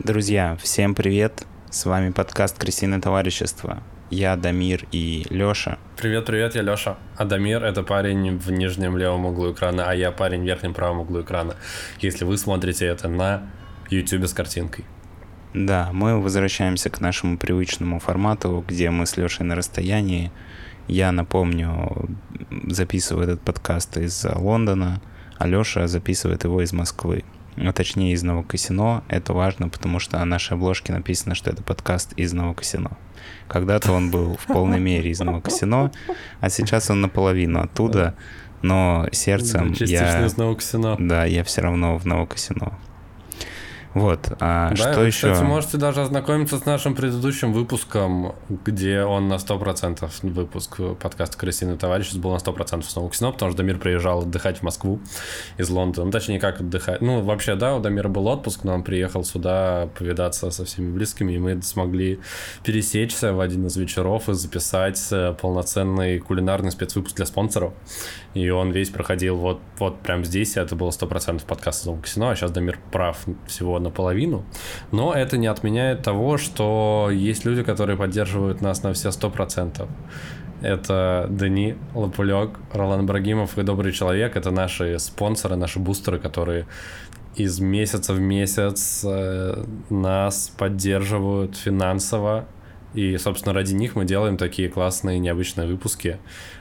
Друзья, всем привет! С вами подкаст «Крысиное товарищество». Я Дамир и Лёша. Привет, я Лёша. А Дамир — это парень в нижнем левом углу экрана, а я парень в верхнем правом углу экрана, если вы смотрите это на YouTube с картинкой. Да, мы возвращаемся к нашему привычному формату, где мы с Лёшей на расстоянии. Я напомню, записываю этот подкаст из Лондона, а Лёша записывает его из Москвы. А точнее, из Новокосино. Это важно, потому что на нашей обложке написано, что это подкаст из Новокосино. Когда-то он был в полной мере из Новокосино, а сейчас он наполовину оттуда, но сердцем частично из Новокосино. Да, я все равно в Новокосино. Вот, да, что вы, еще? Кстати, можете даже ознакомиться с нашим предыдущим выпуском, где он на 100%, выпуск подкаста «Крысиное товарищество» был на 100% с Новокосино, потому что Дамир приезжал отдыхать в Москву из Лондона. Ну, точнее, как отдыхать. Ну, вообще, да, у Дамира был отпуск, но он приехал сюда повидаться со всеми близкими, и мы смогли пересечься в один из вечеров и записать полноценный кулинарный спецвыпуск для спонсоров. И он весь проходил вот прям здесь, и это было 100% подкаст из Новокосино, а сейчас Дамир прав всего наполовину, но это не отменяет того, что есть люди, которые поддерживают нас на все 100%. Это Дани, Лопулек, Ролан Ибрагимов и Добрый человек. Это наши спонсоры, наши бустеры, которые из месяца в месяц нас поддерживают финансово. И, собственно, ради них мы делаем такие классные, необычные выпуски.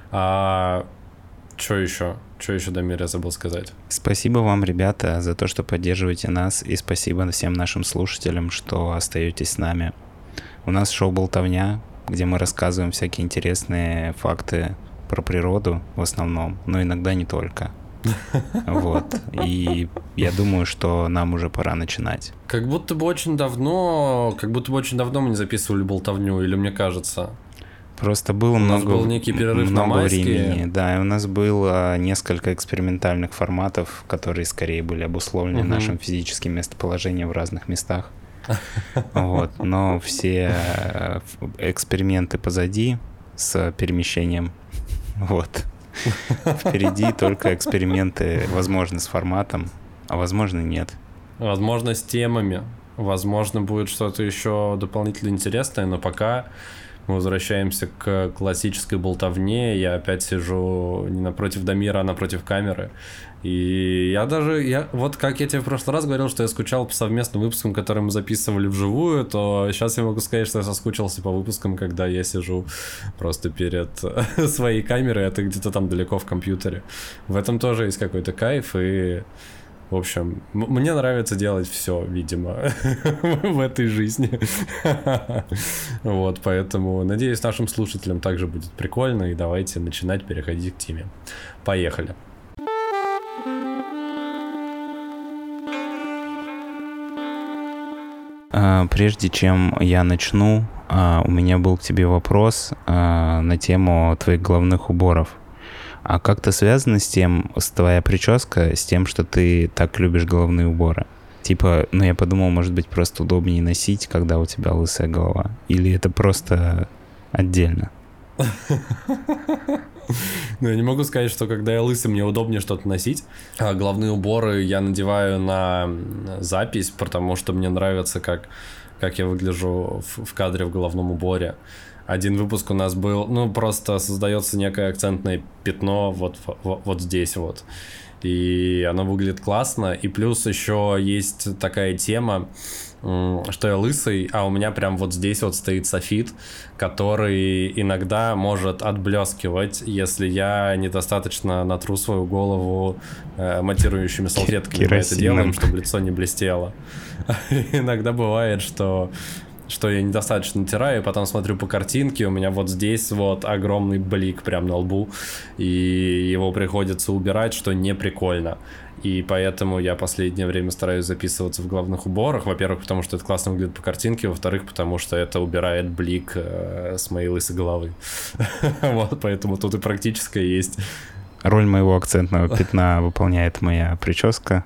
Что еще, Дамир, я забыл сказать? Спасибо вам, ребята, за то, что поддерживаете нас, и спасибо всем нашим слушателям, что остаетесь с нами. У нас шоу «Болтовня», где мы рассказываем всякие интересные факты про природу в основном, но иногда не только. Вот. И я думаю, что нам уже пора начинать. Как будто бы очень давно мы не записывали «Болтовню», или мне кажется... Просто было был некий перерыв на майские. Времени, да, и у нас было несколько экспериментальных форматов, которые скорее были обусловлены нашим физическим местоположением в разных местах. Вот, но все эксперименты позади с перемещением. Вот. Впереди только эксперименты, возможно, с форматом, а возможно, нет. Возможно, с темами. Возможно, будет что-то еще дополнительно интересное, но пока... Мы возвращаемся к классической болтовне. Я опять сижу не напротив Дамира, а напротив камеры. И вот как я тебе в прошлый раз говорил, что я скучал по совместным выпускам, которые мы записывали вживую, то сейчас я могу сказать, что я соскучился по выпускам, когда я сижу просто перед своей камерой, а ты где-то там далеко в компьютере. В этом тоже есть какой-то кайф, и... В общем, мне нравится делать все, видимо, в этой жизни. Вот, поэтому, надеюсь, нашим слушателям также будет прикольно. И давайте начинать переходить к теме. Поехали. Прежде чем я начну, у меня был к тебе вопрос на тему твоих головных уборов. А как-то связано с твоя прическа, с тем, что ты так любишь головные уборы? Типа, я подумал, может быть, просто удобнее носить, когда у тебя лысая голова? Или это просто отдельно? Я не могу сказать, что когда я лысый, мне удобнее что-то носить. А головные уборы я надеваю на запись, потому что мне нравится, как я выгляжу в кадре в головном уборе. Один выпуск у нас был, просто создается некое акцентное пятно вот здесь вот. И оно выглядит классно. И плюс еще есть такая тема, что я лысый, а у меня прям вот здесь вот стоит софит, который иногда может отблескивать, если я недостаточно натру свою голову матирующими салфетками. Мы это делаем, чтобы лицо не блестело. Иногда бывает, что я недостаточно натираю, и потом смотрю по картинке, у меня вот здесь вот огромный блик прям на лбу, и его приходится убирать, что не прикольно. И поэтому я последнее время стараюсь записываться в головных уборах. Во-первых, потому что это классно выглядит по картинке, во-вторых, потому что это убирает блик с моей лысой головы. Вот, поэтому тут и практическое есть. Роль моего акцентного пятна выполняет моя прическа.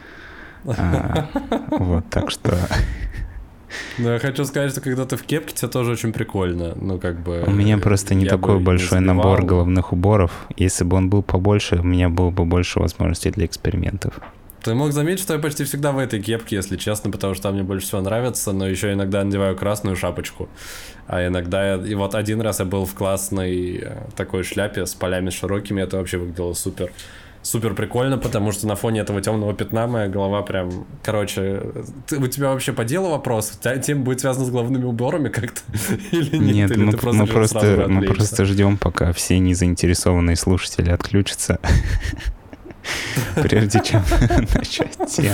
Вот, так что... Но я хочу сказать, что когда ты в кепке, тебе тоже очень прикольно. У меня просто не такой большой набор головных уборов. Если бы он был побольше, у меня было бы больше возможностей для экспериментов. Ты мог заметить, что я почти всегда в этой кепке, если честно, потому что она мне больше всего нравится, но еще иногда надеваю красную шапочку. А иногда и вот один раз я был в классной такой шляпе с полями широкими, это вообще выглядело супер. Супер прикольно, потому что на фоне этого темного пятна моя голова прям... Короче, у тебя вообще по делу вопрос? Тема будет связана с головными уборами как-то? Или нет? Нет, мы просто ждем, пока все незаинтересованные слушатели отключатся. Прежде чем начать тему.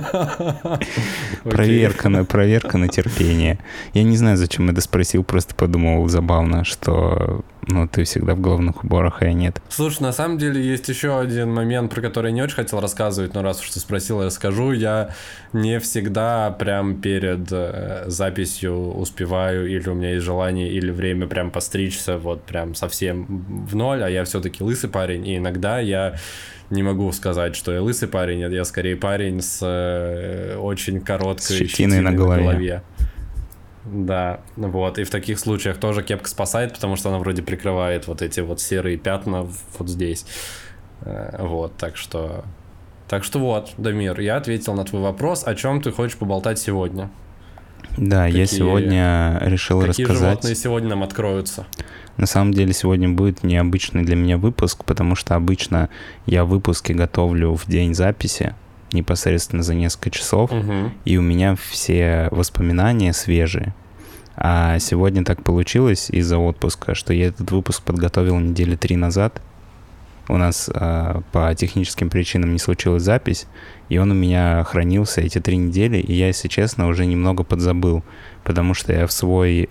Проверка на терпение. Я не знаю, зачем я это спросил, просто подумал забавно, что ты всегда в головных уборах, а я нет. Слушай, на самом деле есть еще один момент, про который я не очень хотел рассказывать, но раз уж ты спросил, я расскажу. Я не всегда прям перед записью успеваю, или у меня есть желание, или время прям постричься, вот прям совсем в ноль, а я все-таки лысый парень, и иногда я не могу сказать, что я лысый парень, я скорее парень с очень короткой щетиной на голове. Да, вот, и в таких случаях тоже кепка спасает, потому что она вроде прикрывает вот эти вот серые пятна вот здесь. Вот, так что вот, Дамир, я ответил на твой вопрос, о чем ты хочешь поболтать сегодня. Да, я сегодня решил рассказать... Какие животные сегодня нам откроются? На самом деле сегодня будет необычный для меня выпуск, потому что обычно я выпуски готовлю в день записи, непосредственно за несколько часов, и у меня все воспоминания свежие. А сегодня так получилось из-за отпуска, что я этот выпуск подготовил недели 3 назад. У нас по техническим причинам не случилась запись, и он у меня хранился эти 3 недели, и я, если честно, уже немного подзабыл, потому что я в свой,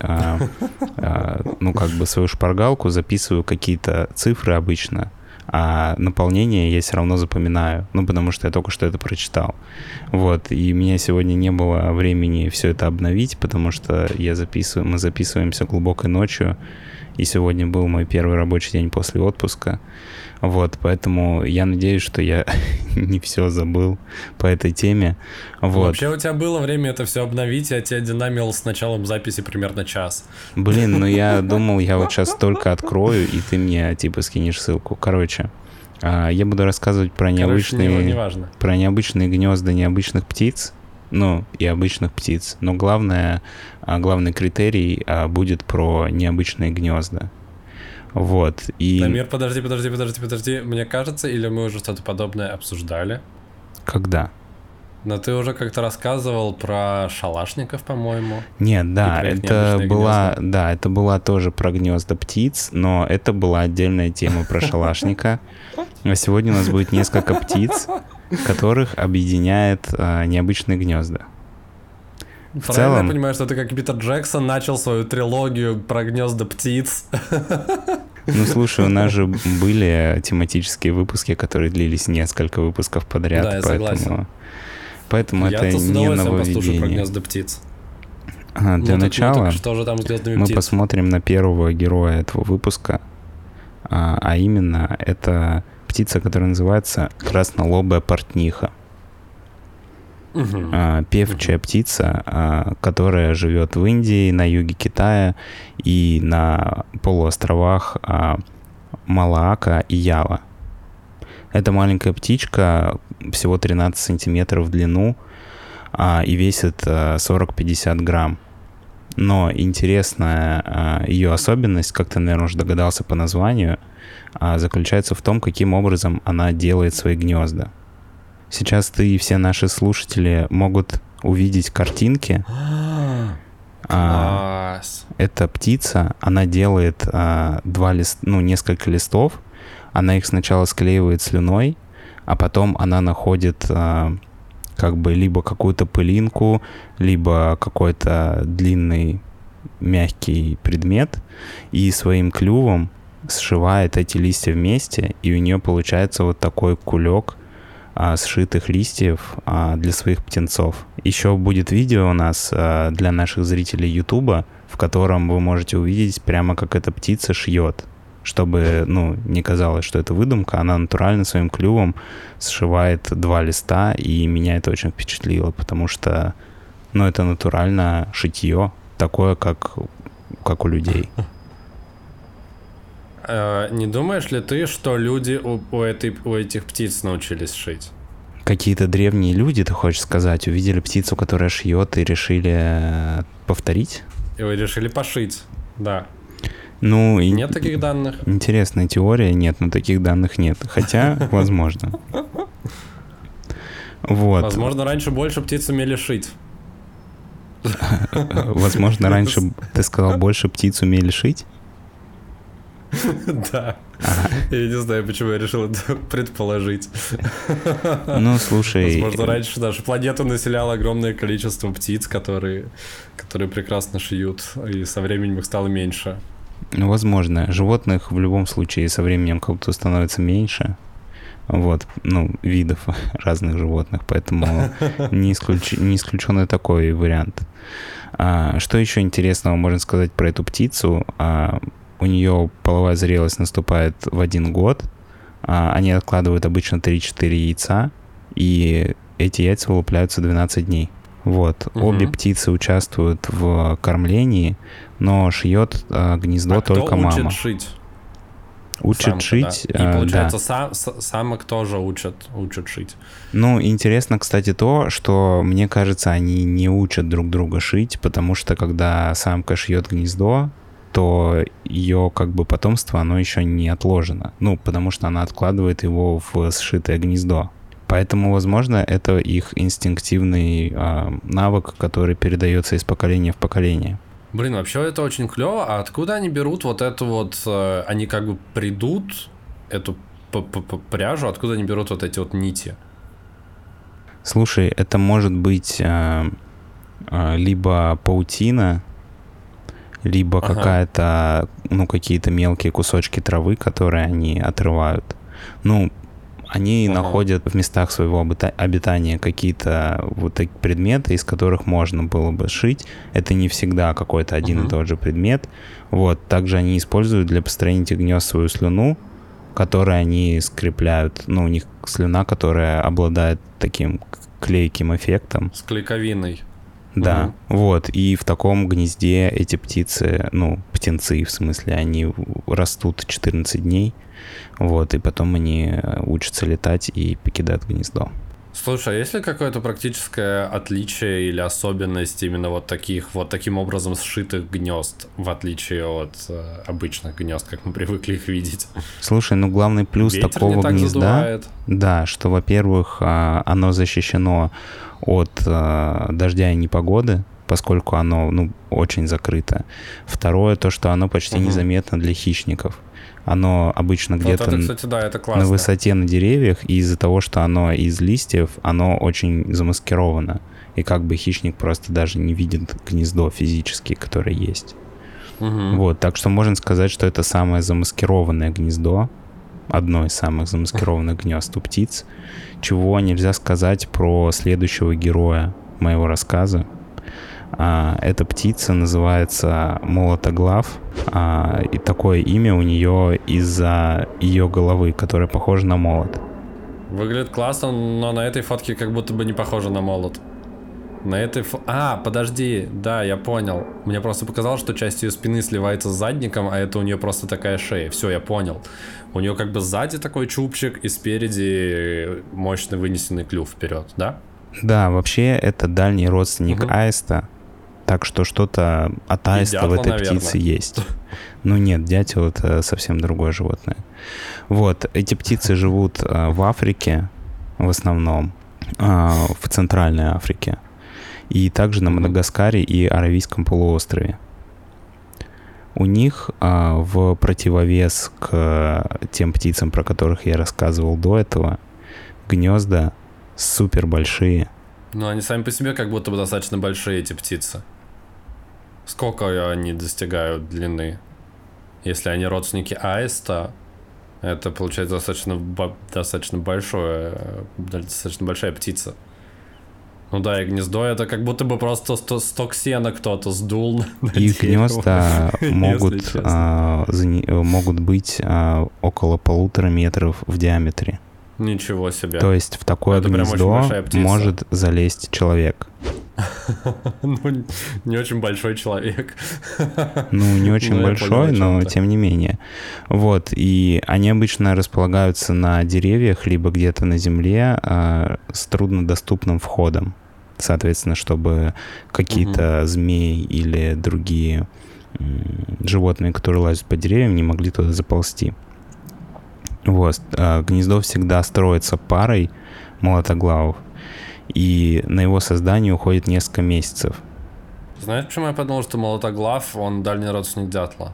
свою шпаргалку записываю какие-то цифры обычно, а наполнение я все равно запоминаю, потому что я только что это прочитал. Вот, и у меня сегодня не было времени все это обновить, потому что мы записываемся глубокой ночью, и сегодня был мой первый рабочий день после отпуска. Вот, поэтому я надеюсь, что я не все забыл по этой теме. Вот. Вообще у тебя было время это все обновить, я тебя динамил с началом записи примерно час. Блин, я думал, я вот сейчас только открою, и ты мне скинешь ссылку. Короче, я буду рассказывать про необычные гнезда необычных птиц, и обычных птиц. Но главный критерий будет про необычные гнезда. Вот, и... Дамир, подожди. Мне кажется, или мы уже что-то подобное обсуждали? Когда? Но ты уже как-то рассказывал про шалашников, по-моему. Нет, да, это была тоже про гнезда птиц, но это была отдельная тема про шалашника. А сегодня у нас будет несколько птиц, которых объединяет необычные гнезда. В целом... я понимаю, что ты как Питер Джексон начал свою трилогию про гнезда птиц. Слушай, у нас же были тематические выпуски, которые длились несколько выпусков подряд. Да, я согласен. Поэтому это не нововведение. Послушаю про гнезда птиц. Для начала что же там с гнездами мы птиц? посмотрим на первого героя этого выпуска, а именно это птица, которая называется краснолобая портниха. Певчая птица, которая живет в Индии, на юге Китая и на полуостровах Малака и Ява. Это маленькая птичка, всего 13 сантиметров в длину и весит 40-50 грамм. Но интересная ее особенность, как ты, наверное, уже догадался по названию, заключается в том, каким образом она делает свои гнезда. Сейчас ты и все наши слушатели могут увидеть картинки. Класс. Эта птица, она делает несколько листов. Она их сначала склеивает слюной, а потом она находит либо какую-то пылинку, либо какой-то длинный мягкий предмет и своим клювом сшивает эти листья вместе, и у нее получается вот такой кулек сшитых листьев для своих птенцов. Еще будет видео у нас для наших зрителей Ютуба, в котором вы можете увидеть прямо как эта птица шьет, чтобы, не казалось, что это выдумка. Она натурально своим клювом сшивает 2 листа, и меня это очень впечатлило, потому что, это натурально шитье, такое, как у людей. Не думаешь ли ты, что люди у этих птиц научились шить? Какие-то древние люди, ты хочешь сказать, увидели птицу, которая шьет, и решили повторить? И вы решили пошить, да. Ну, нет таких данных? Интересная теория, нет, но таких данных нет. Хотя, возможно. Вот. Возможно, раньше больше птиц умели шить. Возможно, раньше, ты сказал, больше птиц умели шить? Да. Я не знаю, почему я решил это предположить. Ну, слушай... Возможно, раньше нашу планету населяло огромное количество птиц, которые прекрасно шьют, и со временем их стало меньше. Ну, возможно. Животных в любом случае со временем как-то становится меньше. Вот, ну, видов разных животных, поэтому не исключен и такой вариант. Что еще интересного можно сказать про эту птицу? У нее половая зрелость наступает в 1 год. Они откладывают обычно 3-4 яйца, и эти яйца вылупляются 12 дней. Вот. Обе птицы участвуют в кормлении, но шьет гнездо только мама. Кто учит шить? Учат самка, шить, да. И получается, да. самок тоже учат шить. Ну, интересно, кстати, то, что, мне кажется, они не учат друг друга шить, потому что, когда самка шьет гнездо, то ее, как бы, потомство, оно еще не отложено. Ну, потому что она откладывает его в сшитое гнездо. Поэтому, возможно, это их инстинктивный навык, который передается из поколения в поколение. Блин, вообще это очень клево. А откуда они берут вот эту вот... Они как бы придут, эту пряжу, откуда они берут вот эти вот нити? Слушай, это может быть либо паутина, либо какая-то, ну, какие-то мелкие кусочки травы, которые они отрывают. Ну, они находят в местах своего обитания какие-то вот такие предметы, из которых можно было бы шить. Это не всегда какой-то один и тот же предмет. Вот. Также они используют для построения этих гнезд свою слюну, которую они скрепляют. Ну, у них слюна, которая обладает таким клейким эффектом. С клейковиной. Да, вот. И в таком гнезде эти птицы, ну, птенцы, в смысле, они растут 14 дней. Вот, и потом они учатся летать и покидают гнездо. Слушай, а есть ли какое-то практическое отличие или особенность именно вот таким образом сшитых гнезд, в отличие от обычных гнезд, как мы привыкли их видеть? Слушай, ну главный плюс ветер такого гнезда, задувает. Да, что, во-первых, оно защищено от дождя и непогоды, поскольку оно, ну, очень закрыто. Второе, то, что оно почти незаметно для хищников. Оно обычно где-то это, кстати, да, это на высоте на деревьях, и из-за того, что оно из листьев, оно очень замаскировано. И как бы хищник просто даже не видит гнездо физически, которое есть. Вот, так что можно сказать, что это самое замаскированное гнездо, одно из самых замаскированных гнезд у птиц, чего нельзя сказать про следующего героя моего рассказа. Эта птица называется молотоглав, и такое имя у нее из-за ее головы, которая похожа на молот. Выглядит классно, но на этой фотке как будто бы не похоже на молот. На этой подожди, да, я понял. Мне просто показалось, что часть ее спины сливается с задником, а это у нее просто такая шея. Все, я понял. У нее как бы сзади такой чубчик, и спереди мощный вынесенный клюв вперед, да? Да, вообще это дальний родственник аиста. Так что что-то от аиста в этой птице есть. Ну нет, дятел — это совсем другое животное. Вот, эти птицы живут в Африке в основном, в Центральной Африке, и также на Мадагаскаре и Аравийском полуострове. У них в противовес к тем птицам, про которых я рассказывал до этого, гнезда супер большие. Ну, они сами по себе как будто бы достаточно большие, эти птицы. Сколько они достигают длины? Если они родственники аиста, это получается достаточно большая птица. Ну да, и гнездо — это как будто бы просто сток сена кто-то сдул. Их гнезда могут быть около 1,5 метра в диаметре. Ничего себе. То есть в такое гнездо может залезть человек. Ну, не очень большой человек. Ну, не очень большой, но тем не менее. Вот, и они обычно располагаются на деревьях, либо где-то на земле с труднодоступным входом. Соответственно, чтобы какие-то змеи или другие животные, которые лазят по деревьям, не могли туда заползти. Вот. Гнездо всегда строится парой молотоглавов, и на его создание уходит несколько месяцев. Знаешь, почему я подумал, что молотоглав, он дальний родственник дятла?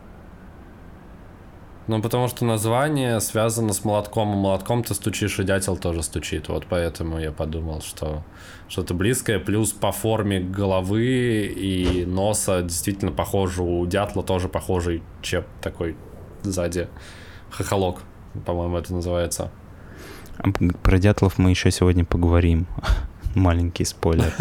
Ну, потому что название связано с молотком, а молотком ты стучишь, и дятел тоже стучит. Вот поэтому я подумал, что что-то близкое. Плюс по форме головы и носа действительно похоже. У дятла тоже похожий чеп такой сзади. Хохолок, по-моему, это называется. Про дятлов мы еще сегодня поговорим. Маленький спойлер.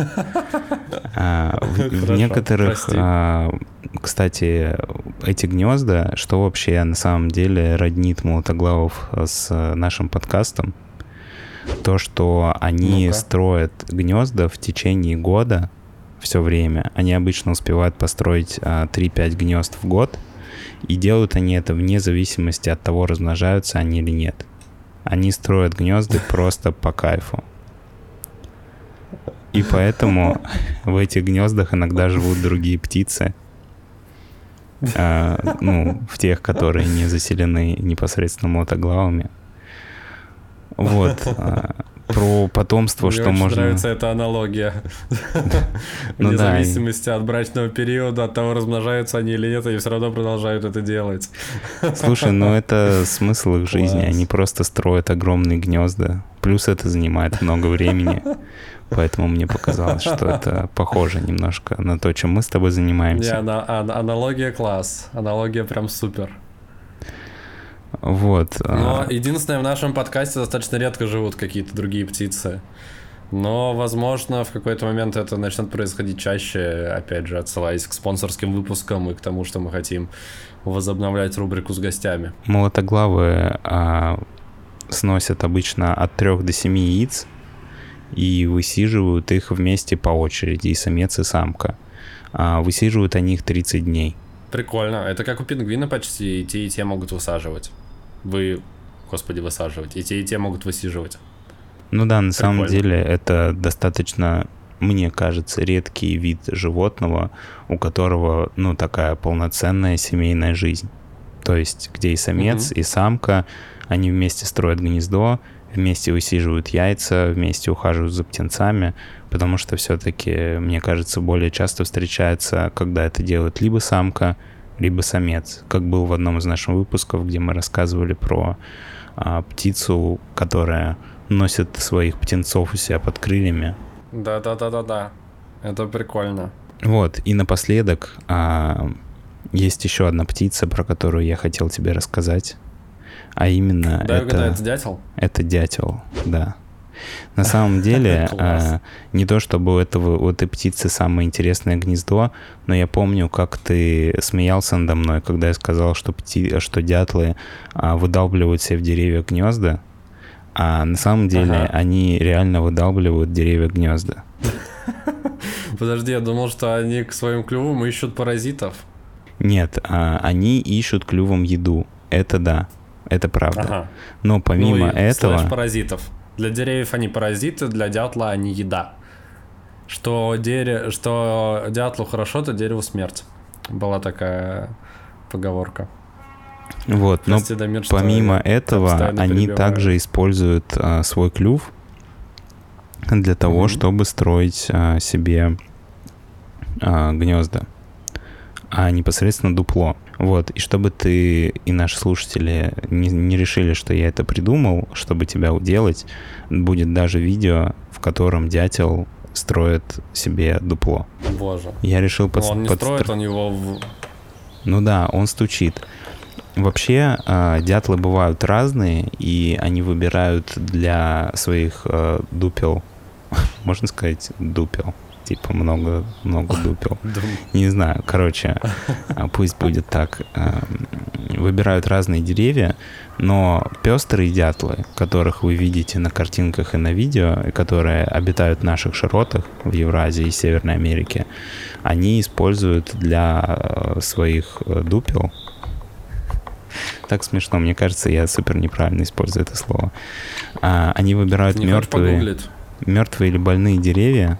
В некоторых, кстати, эти гнезда, что вообще на самом деле роднит молотоглавов с нашим подкастом, то, что они строят гнезда в течение года все время. Они обычно успевают построить 3-5 гнезд в год, и делают они это вне зависимости от того, размножаются они или нет. Они строят гнезда просто по кайфу. И поэтому в этих гнездах иногда живут другие птицы. В тех, которые не заселены непосредственно молотоглавами. Вот. Про потомство, мне что очень можно... Мне нравится эта аналогия. Вне зависимости от брачного периода, от того, размножаются они или нет, они все равно продолжают это делать. Слушай, это смысл их жизни. Они просто строят огромные гнезда. Плюс это занимает много времени. Поэтому мне показалось, что это похоже немножко на то, чем мы с тобой занимаемся. Аналогия класс. Аналогия прям супер. Вот. Но единственное, в нашем подкасте достаточно редко живут какие-то другие птицы. Но, возможно, в какой-то момент это начнет происходить чаще, опять же, отсылаясь к спонсорским выпускам и к тому, что мы хотим возобновлять рубрику с гостями. Молотоглавы сносят обычно от 3 до 7 яиц и высиживают их вместе по очереди, и самец, и самка. Высиживают они их 30 дней. Прикольно. Это как у пингвина почти, и те могут высаживать. Высаживать. И те могут высиживать. Ну да, на самом деле это достаточно, мне кажется, редкий вид животного, у которого, такая полноценная семейная жизнь. То есть, где и самец, и самка, они вместе строят гнездо, вместе высиживают яйца, вместе ухаживают за птенцами, потому что все-таки, мне кажется, более часто встречается, когда это делает либо самка, либо самец. Как был в одном из наших выпусков, где мы рассказывали про птицу, которая носит своих птенцов у себя под крыльями. Да. Это прикольно. Вот, и напоследок есть еще одна птица, про которую я хотел тебе рассказать. А именно это дятел? Это дятел, да. На самом деле, не то чтобы у этой птицы самое интересное гнездо, но я помню, как ты смеялся надо мной, когда я сказал, что дятлы выдалбливают себе в деревьях гнезда, а на самом деле они реально выдалбливают в деревьях гнезда. Подожди, я думал, что они к своим клювам ищут паразитов. Нет, они ищут клювом еду. Это да, это правда. Но помимо этого... паразитов. Для деревьев они паразиты, для дятла они еда. Что дятлу хорошо, то дереву смерть. Была такая поговорка. Вот, но помимо этого они также используют свой клюв для того, чтобы строить себе гнезда, а непосредственно дупло. Вот, и чтобы ты и наши слушатели не решили, что я это придумал, чтобы тебя уделать, будет даже видео, в котором дятел строит себе дупло. Боже. Я решил он не строит, он его... Ну да, он стучит. Вообще, дятлы бывают разные, и они выбирают для своих дупел, можно сказать, дупел, типа много дупел. Не знаю, короче, пусть будет так. выбирают разные деревья, но пестрые дятлы, которых вы видите на картинках и на видео, и которые обитают в наших широтах в Евразии и Северной Америке, они используют для своих дупел. Так смешно, мне кажется, я супер неправильно использую это слово. Они выбирают мертвые или больные деревья,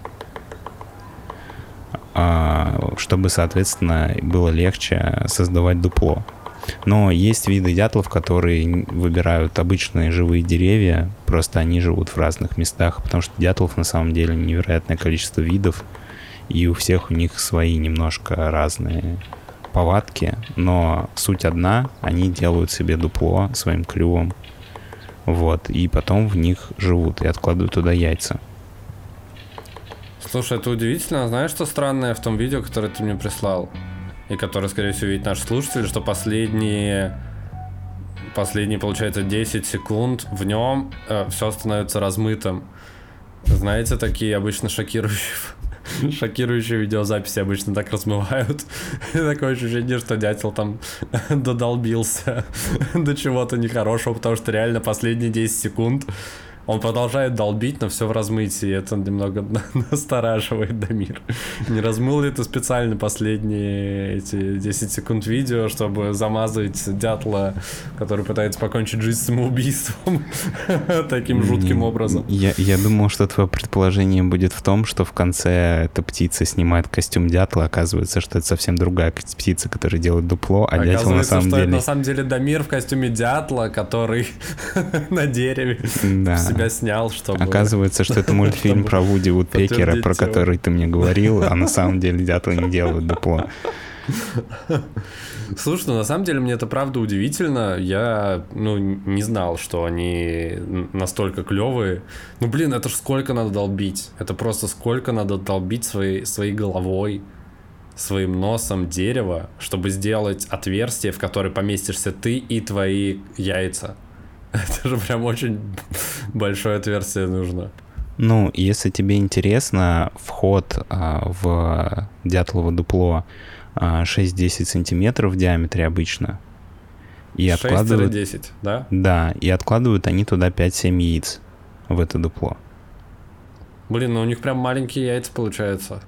чтобы, соответственно, было легче создавать дупло. Но есть виды дятлов, которые выбирают обычные живые деревья, просто они живут в разных местах, потому что дятлов на самом деле невероятное количество видов, и у всех у них свои немножко разные повадки, но суть одна, они делают себе дупло своим клювом, вот, и потом в них живут и откладывают туда яйца. Слушай, это удивительно. Знаешь, что странное в том видео, которое ты мне прислал? И которое, скорее всего, видит наш слушатель, что последние, получается, 10 секунд в нем все становится размытым. Знаете, такие обычно шокирующие видеозаписи обычно так размывают. И такое ощущение, что дятел там додолбился до чего-то нехорошего, потому что реально последние 10 секунд он продолжает долбить, но все в размытии. Это немного настораживает, Дамир. Не размыл ли ты специально последние эти 10 секунд видео, чтобы замазать дятла, который пытается покончить жизнь самоубийством таким жутким образом? Я думал, что твое предположение будет в том, что в конце эта птица снимает костюм дятла, оказывается, что это совсем другая птица, которая делает дупло, а дятел на самом деле... на самом деле Дамир в костюме дятла, который на дереве себя снял, чтобы... Оказывается, что это мультфильм про Вуди Вудпекера, про который ты мне говорил, а на самом деле дятлы не делают дупло. Слушай, ну на самом деле мне это правда удивительно. Я, не знал, что они настолько клевые. Ну, блин, это ж сколько надо долбить. Это просто сколько надо долбить своей головой, своим носом дерево, чтобы сделать отверстие, в которое поместишься ты и твои яйца. Это же прям очень большое отверстие нужно. Ну, если тебе интересно, вход в дятлово дупло 6-10 сантиметров в диаметре обычно. И 6-10, да? Да, и откладывают они туда 5-7 яиц в это дупло. Блин, ну у них прям маленькие яйца получаются.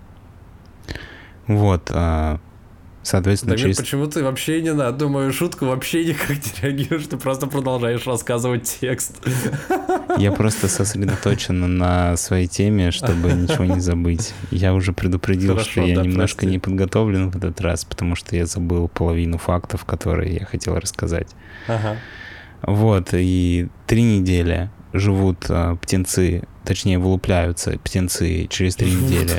Вот, соответственно, Дамир, почему ты вообще не на одну мою шутку вообще никак не реагируешь, ты просто продолжаешь рассказывать текст. Я просто сосредоточен на своей теме, чтобы ничего не забыть. Я уже предупредил, что я немножко не подготовлен в этот раз, потому что я забыл половину фактов, которые я хотел рассказать. Ага. Вот, и 3 недели живут птенцы, точнее, вылупляются птенцы через 3 недели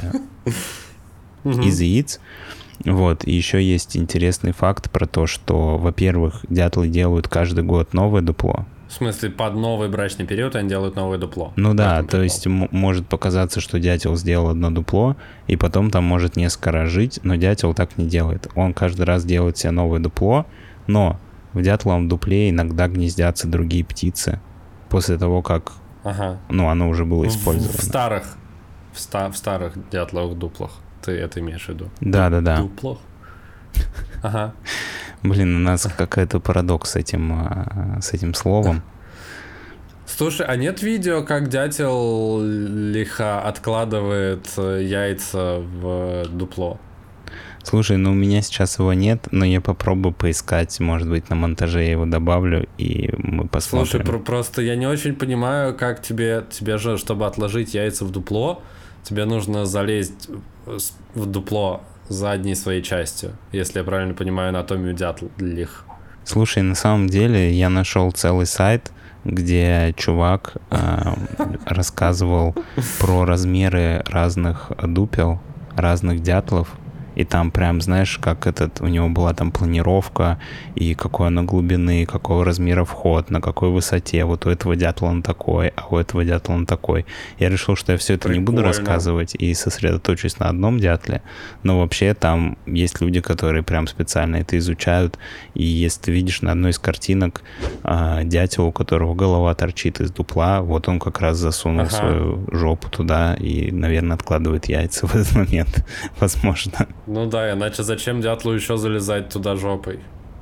из яиц. Вот, и еще есть интересный факт про то, что, во-первых, дятлы делают каждый год новое дупло. В смысле, под новый брачный период они делают новое дупло? Ну да, то есть может показаться, что дятел сделал одно дупло, и потом там может несколько раз жить, но дятел так не делает. Он каждый раз делает себе новое дупло, но в дятловом дупле иногда гнездятся другие птицы после того, как оно уже было использовано. В старых дятловых дуплах. Ты это имеешь в виду? Да. Дуплох. Ага. Блин, у нас какой-то парадокс с этим словом. Слушай, а нет видео, как дятел лихо откладывает яйца в дупло? Слушай, ну у меня сейчас его нет, но я попробую поискать, может быть, на монтаже я его добавлю, и мы посмотрим. Слушай, просто я не очень понимаю, как тебе же, чтобы отложить яйца в дупло, тебе нужно залезть в дупло задней своей частью, если я правильно понимаю анатомию дятлих. Слушай, на самом деле я нашел целый сайт, где чувак рассказывал про размеры разных дупел, разных дятлов. И там прям, знаешь, как у него была там планировка, и какой оно глубины, какого размера вход, на какой высоте. Вот у этого дятла он такой, а у этого дятла он такой. Я решил, что я все это не буду рассказывать и сосредоточусь на одном дятле. Но вообще там есть люди, которые прям специально это изучают. И если ты видишь на одной из картинок дятел, у которого голова торчит из дупла, вот он как раз засунул свою жопу туда и, наверное, откладывает яйца в этот момент. Возможно. Ну да, иначе зачем дятлу еще залезать туда жопой?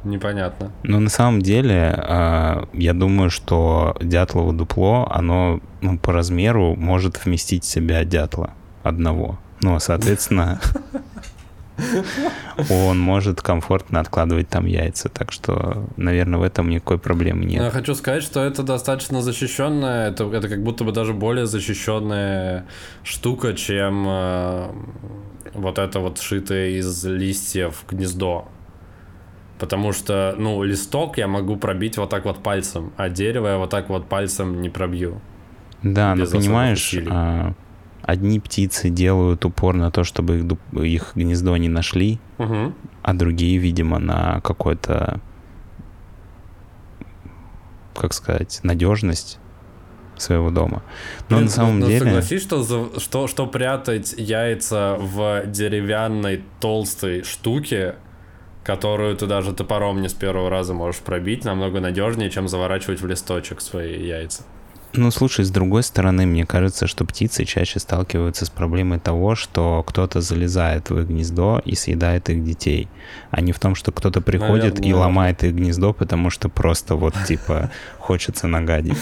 непонятно. Но на самом деле, я думаю, что дятлово дупло, оно по размеру может вместить в себя дятла одного. Ну, соответственно, он может комфортно откладывать там яйца. Так что, наверное, в этом никакой проблемы нет. Я хочу сказать, что это достаточно защищенная, это как будто бы даже более защищенная штука, чем вот это вот сшитое из листьев гнездо. Потому что, листок я могу пробить вот так вот пальцем, а дерево я вот так вот пальцем не пробью. Да, но понимаешь, одни птицы делают упор на то, чтобы их гнездо не нашли, а другие, видимо, на какой-то, как сказать, надежность своего дома. Но на самом деле... Согласись, что прятать яйца в деревянной толстой штуке, которую ты даже топором не с первого раза можешь пробить, намного надежнее, чем заворачивать в листочек свои яйца. Ну, слушай, с другой стороны, мне кажется, что птицы чаще сталкиваются с проблемой того, что кто-то залезает в их гнездо и съедает их детей, а не в том, что кто-то приходит и ломает их гнездо, потому что просто вот, типа, хочется нагадить.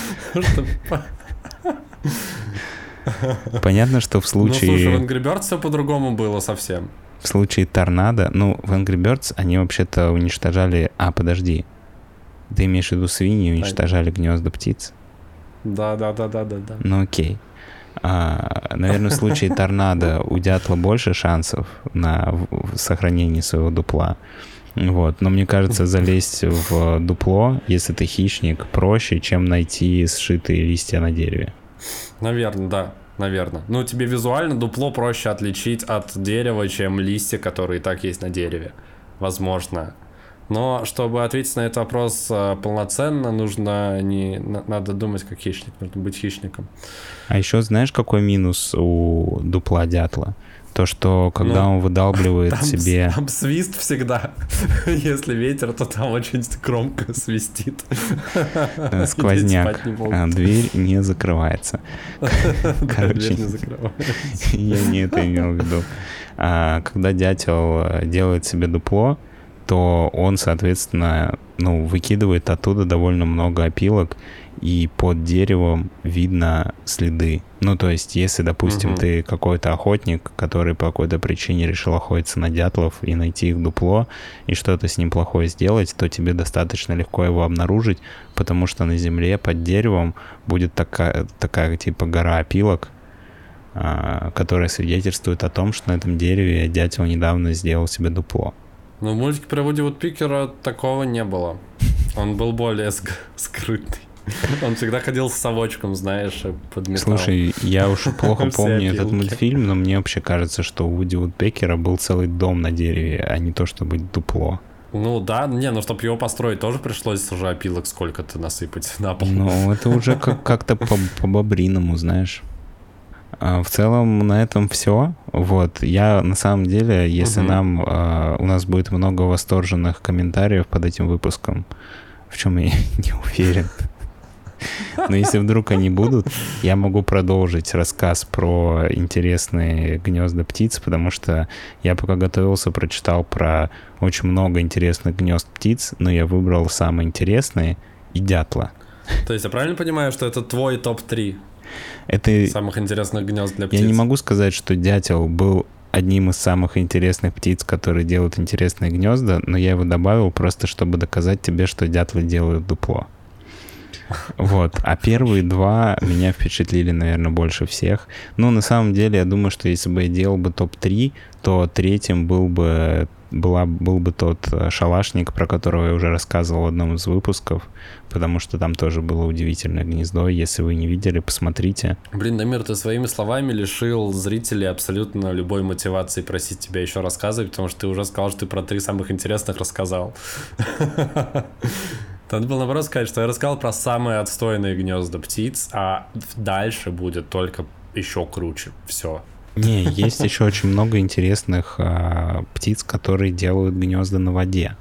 Понятно, что в случае... Ну, слушай, в Angry Birds все по-другому было совсем. В случае торнадо... Ну, в Angry Birds они вообще-то уничтожали... подожди. Ты имеешь в виду свиньи уничтожали гнезда птиц? Да. Ну, окей. Наверное, в случае торнадо у дятла больше шансов на сохранение своего дупла. Вот. Но мне кажется, залезть в дупло, если ты хищник, проще, чем найти сшитые листья на дереве. Наверное, да. Наверное. Ну, тебе визуально дупло проще отличить от дерева, чем листья, которые и так есть на дереве. Возможно. Но чтобы ответить на этот вопрос полноценно, надо думать как хищник, нужно быть хищником. А еще знаешь, какой минус у дупла дятла? То, что когда он выдалбливает себе... Там свист всегда. Если ветер, то там очень громко свистит. Сквозняк. Дверь не закрывается. Короче, я не это имел в виду. Когда дятел делает себе дупло, то он, соответственно, выкидывает оттуда довольно много опилок, и под деревом видно следы. Ну, то есть, если, допустим, ты какой-то охотник, который по какой-то причине решил охотиться на дятлов и найти их дупло, и что-то с ним плохое сделать, то тебе достаточно легко его обнаружить, потому что на земле под деревом будет такая типа гора опилок, которая свидетельствует о том, что на этом дереве дятел недавно сделал себе дупло. Но в мультике про Вуди Вудпекера такого не было. Он был более скрытый. Он всегда ходил с совочком, знаешь, подметал. Слушай, я уж плохо помню этот мультфильм, но мне вообще кажется, что у Вуди Вудпекера был целый дом на дереве, а не то, чтобы дупло. Ну да, чтобы его построить, тоже пришлось уже опилок сколько-то насыпать на пол. Ну, это уже как-то по-бобриному, знаешь. В целом на этом все. Вот, я на самом деле, если у нас будет много восторженных комментариев под этим выпуском, в чем я не уверен, но если вдруг они будут, я могу продолжить рассказ про интересные гнезда птиц, потому что я пока готовился, прочитал про очень много интересных гнезд птиц, но я выбрал самые интересные и дятла. То есть я правильно понимаю, что это твой топ-3? Это... самых интересных гнезд для птиц. Я не могу сказать, что дятел был одним из самых интересных птиц, которые делают интересные гнезда, но я его добавил просто, чтобы доказать тебе, что дятлы делают дупло. Вот. А первые два меня впечатлили, наверное, больше всех. Ну, на самом деле, я думаю, что если бы я делал бы топ-3, то третьим был бы тот шалашник, про которого я уже рассказывал в одном из выпусков, потому что там тоже было удивительное гнездо. Если вы не видели, посмотрите. Блин, Дамир, ты своими словами лишил зрителей абсолютно любой мотивации просить тебя еще рассказывать, потому что ты уже сказал, что ты про 3 самых интересных рассказал. Надо было наоборот сказать, что я рассказал про самые отстойные гнезда птиц, а дальше будет только еще круче. Все. Не, есть еще очень много интересных птиц, которые делают гнезда на воде.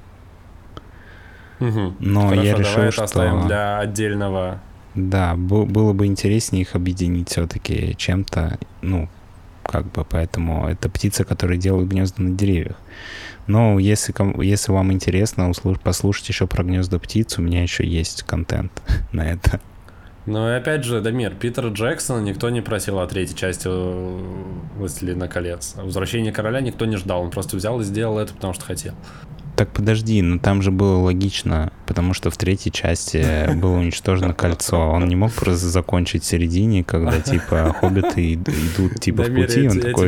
Но хорошо, я решил, давай это что... оставим для отдельного... Да, было бы интереснее их объединить все-таки чем-то, как бы, поэтому это птицы, которые делают гнезда на деревьях. Но если вам интересно послушать еще про гнезда птиц, у меня еще есть контент на это. Ну и опять же, Дамир, Питера Джексона никто не просил о третьей части «Властелина колец». «Возвращение короля» никто не ждал, он просто взял и сделал это, потому что хотел. Так подожди, но там же было логично, потому что в третьей части было уничтожено кольцо. Он не мог просто закончить в середине, когда, типа, хоббиты идут, типа, в пути. Он такой...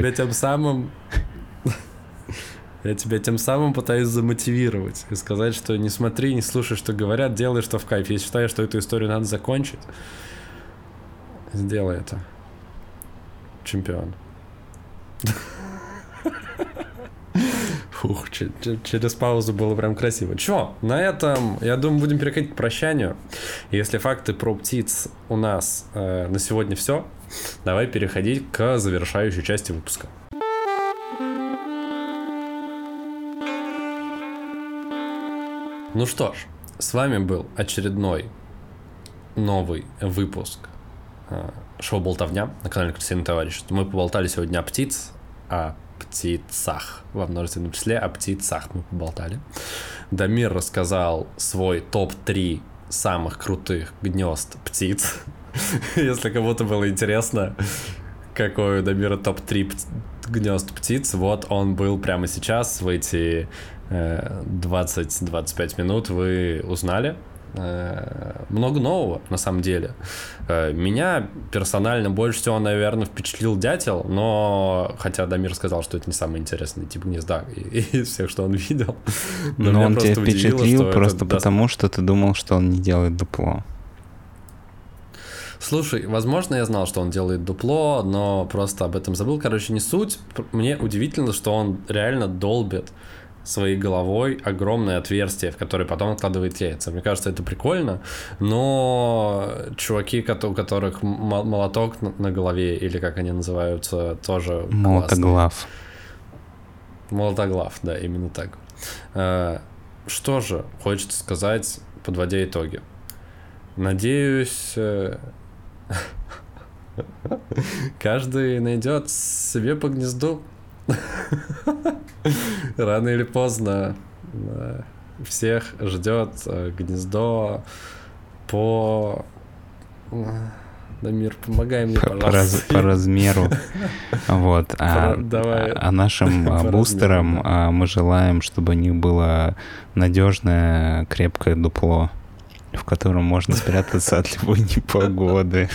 Я тебя тем самым пытаюсь замотивировать и сказать, что не смотри, не слушай, что говорят, делай, что в кайф. Если считаешь, что эту историю надо закончить, сделай это. Чемпион. Фух, через паузу было прям красиво. Чё, на этом, я думаю, будем переходить к прощанию. Если факты про птиц у нас на сегодня все, давай переходить к завершающей части выпуска. Ну что ж, с вами был очередной новый выпуск шоу «Болтовня» на канале «Крысиное товарищество». Мы поболтали сегодня о птицах, во множественном числе, о птицах мы поболтали. Дамир рассказал свой топ-3 самых крутых гнезд птиц. Если кому-то было интересно, какой у Дамира топ-3 гнезд птиц, вот он был прямо сейчас, в эти 20-25 минут вы узнали. Много нового, на самом деле. Меня персонально больше всего, наверное, впечатлил дятел, но хотя Дамир сказал, что это не самый интересный тип гнезда из всех, что он видел. Но он тебя впечатлил просто потому, что ты думал, что он не делает дупло. Слушай, возможно, я знал, что он делает дупло, но просто об этом забыл. Короче, не суть. Мне удивительно, что он реально долбит своей головой огромное отверстие, в которое потом откладывает яйца. Мне кажется, это прикольно, но чуваки, у которых молоток на голове, или как они называются, тоже молотоглав. Молотоглав, да, именно так. Что же хочется сказать, подводя итоги. Надеюсь, каждый найдет себе по гнезду. Рано или поздно всех ждет гнездо по... Дамир, помогай мне, пожалуйста. По размеру. Вот. А нашим бустерам мы желаем, чтобы у них было надежное, крепкое дупло, в котором можно спрятаться от любой непогоды.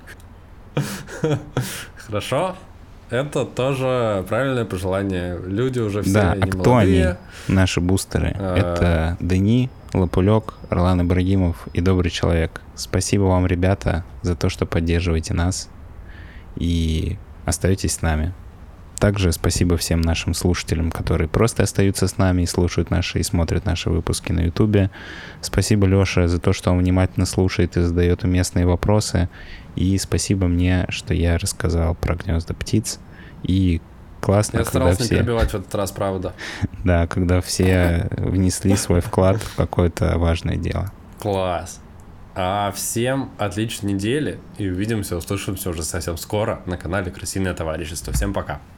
Хорошо. Это тоже правильное пожелание. Люди уже все да, не а кто молодые. Они, наши бустеры? Это Дани, Лопулек, Орлан Ибрагимов и Добрый человек. Спасибо вам, ребята, за то, что поддерживаете нас и остаетесь с нами. Также спасибо всем нашим слушателям, которые просто остаются с нами и слушают наши и смотрят наши выпуски на Ютубе. Спасибо, Лёша, за то, что он внимательно слушает и задает уместные вопросы. И спасибо мне, что я рассказал про гнезда птиц. И классно, я когда старался не перебивать в этот раз, правда. Да, когда все внесли свой вклад в какое-то важное дело. Класс. А всем отличной недели. И увидимся, услышимся уже совсем скоро на канале «Крысиное товарищество». Всем пока.